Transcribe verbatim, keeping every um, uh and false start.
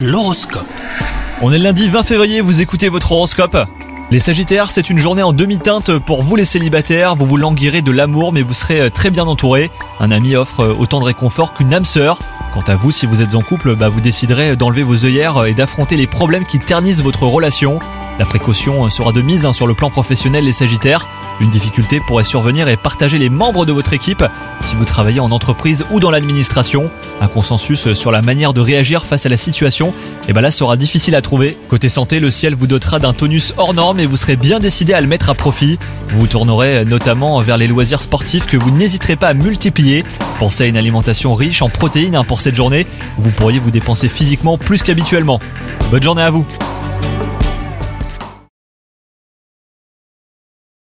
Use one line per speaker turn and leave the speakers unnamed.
L'horoscope.
On est le lundi vingt février, vous écoutez votre horoscope. Les Sagittaires, c'est une journée en demi-teinte pour vous les célibataires. Vous vous languirez de l'amour, mais vous serez très bien entouré. Un ami offre autant de réconfort qu'une âme sœur. Quant à vous, si vous êtes en couple, bah vous déciderez d'enlever vos œillères et d'affronter les problèmes qui ternissent votre relation. La précaution sera de mise hein, sur le plan professionnel, les Sagittaires. Une difficulté pourrait survenir et partager les membres de votre équipe. Si vous travaillez en entreprise ou dans l'administration, un consensus sur la manière de réagir face à la situation, et ben là sera difficile à trouver. Côté santé, le ciel vous dotera d'un tonus hors norme et vous serez bien décidé à le mettre à profit. Vous vous tournerez notamment vers les loisirs sportifs que vous n'hésiterez pas à multiplier. Pensez à une alimentation riche en protéines hein, pour cette journée où vous pourriez vous dépenser physiquement plus qu'habituellement. Bonne journée à vous!